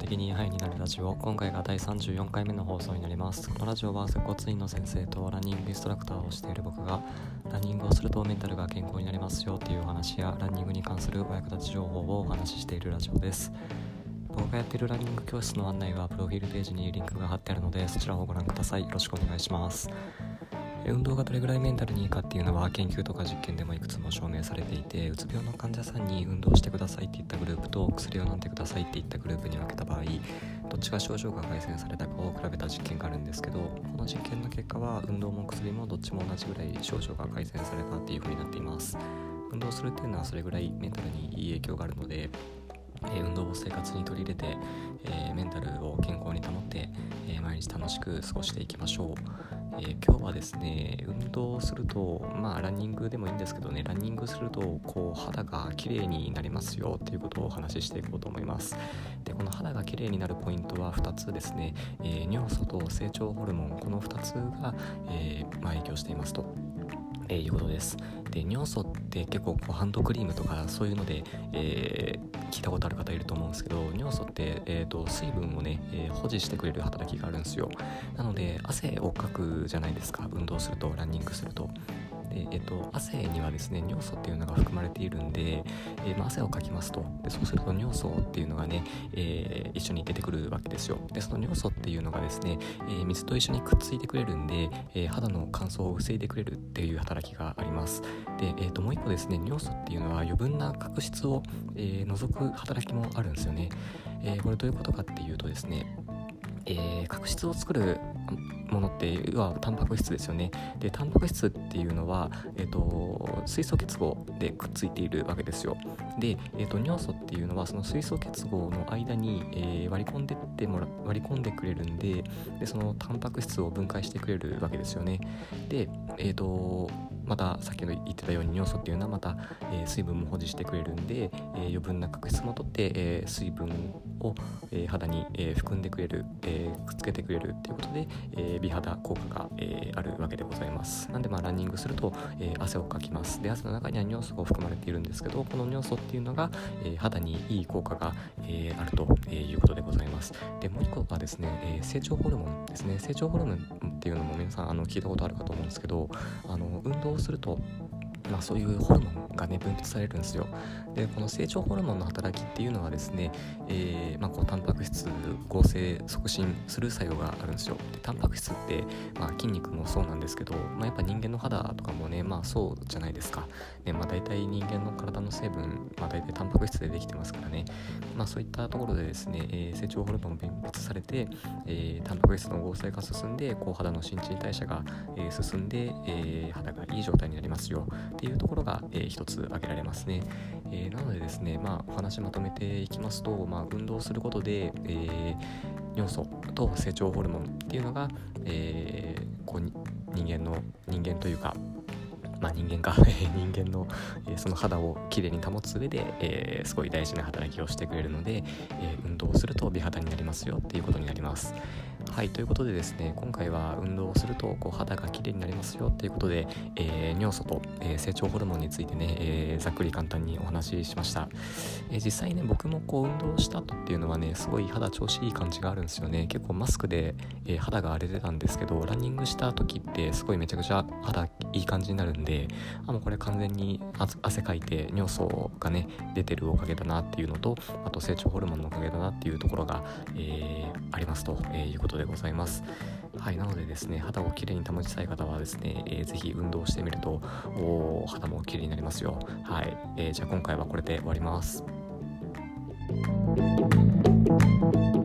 的にハイになるラジオ。今回が第34回目の放送になります。このラジオは接骨院の先生とランニングインストラクターをしている僕がランニングをするとメンタルが健康になりますよというお話やランニングに関するお役立ち情報をお話ししているラジオです。僕がやっているランニング教室の案内はプロフィールページにリンクが貼ってあるのでそちらをご覧ください。よろしくお願いします。運動がどれぐらいメンタルにいいかっていうのは研究とか実験でもいくつも証明されていて、うつ病の患者さんに運動してくださいって言ったグループと薬を飲んでくださいって言ったグループに分けた場合、どっちが症状が改善されたかを比べた実験があるんですけど、この実験の結果は運動も薬もどっちも同じぐらい症状が改善されたっていう風になっています。運動するっていうのはそれぐらいメンタルにいい影響があるので、運動を生活に取り入れて、メンタルを健康に保って、毎日楽しく過ごしていきましょう。今日はですね、運動すると、ランニングでもいいんですけどね、ランニングすると肌が綺麗になりますよっていうことをお話ししていこうと思います。で、この肌が綺麗になるポイントは2つですね。尿素と成長ホルモン、この2つが、影響していますということです。で、尿素って結構ハンドクリームとかそういうので、聞いたことある方いると思うんですけど、尿素って、水分をね、保持してくれる働きがあるんですよ。なので汗をかくじゃないですか、運動すると、ランニングすると。で、汗にはですね、尿素っていうのが含まれているんで、汗をかきますと。で、そうすると尿素っていうのがね、一緒に出てくるわけですよ。で、その尿素っていうのがですね、水と一緒にくっついてくれるんで、肌の乾燥を防いでくれるっていう働きがあります。で、もう一個ですね、尿素っていうのは余分な角質を、除く働きもあるんですよね。これどういうことかっていうとですね、角質を作るものって要はタンパク質ですよね。で、タンパク質っていうのは、水素結合でくっついているわけですよ。で、尿素っていうのはその水素結合の間に、割り込んでくれるんで、そのタンパク質を分解してくれるわけですよね。で、またさっきの言ってたように尿素っていうのはまた、水分も保持してくれるんで、余分な角質も取って、水分を、肌に、含んでくれる、くっつけてくれるっていうことで、美肌効果が、あるわけでございます。なんでランニングすると、汗をかきます。で、汗の中には尿素が含まれているんですけど、この尿素っていうのが、肌にいい効果が、あるということでございます。で、もう一個はですね、成長ホルモンですね。成長ホルモンっていうのも皆さん聞いたことあるかと思うんですけど、運動をするとそういうホルモンがね分泌されるんですよ。で、この成長ホルモンの働きっていうのはですね、タンパク質合成促進する作用があるんですよ。で、タンパク質って、筋肉もそうなんですけど、やっぱ人間の肌とかもね、そうじゃないですか。ね、大体人間の体の成分、大体タンパク質でできてますからね。そういったところでですね、成長ホルモン分泌されて、タンパク質の合成が進んで、肌の新陳代謝が、進んで、肌がいい状態になりますよっていうところが、一つ挙げられますね。なのでですね、お話まとめていきますと、運動することで、尿素と成長ホルモンっていうのが、人間というか、人間の、その肌をきれいに保つ上で、すごい大事な働きをしてくれるので、運動をすると美肌になりますよっていうことになります。はい、ということでですね、今回は運動をすると肌がきれいになりますよっていうことで、尿素と、成長ホルモンについてね、ざっくり簡単にお話ししました。実際ね、僕も運動した後っていうのはね、すごい肌調子いい感じがあるんですよね。結構マスクで、肌が荒れてたんですけど、ランニングした時ってすごいめちゃくちゃ肌いい感じになるんで、もうこれ完全に汗かいて尿素がね出てるおかげだなっていうのと、あと成長ホルモンのおかげだなっていうところが、ありますということでございます。はい、なのでですね、肌をきれいに保ちたい方はですね、ぜひ運動してみると肌もきれいになりますよ。はい、じゃあ今回はこれで終わります。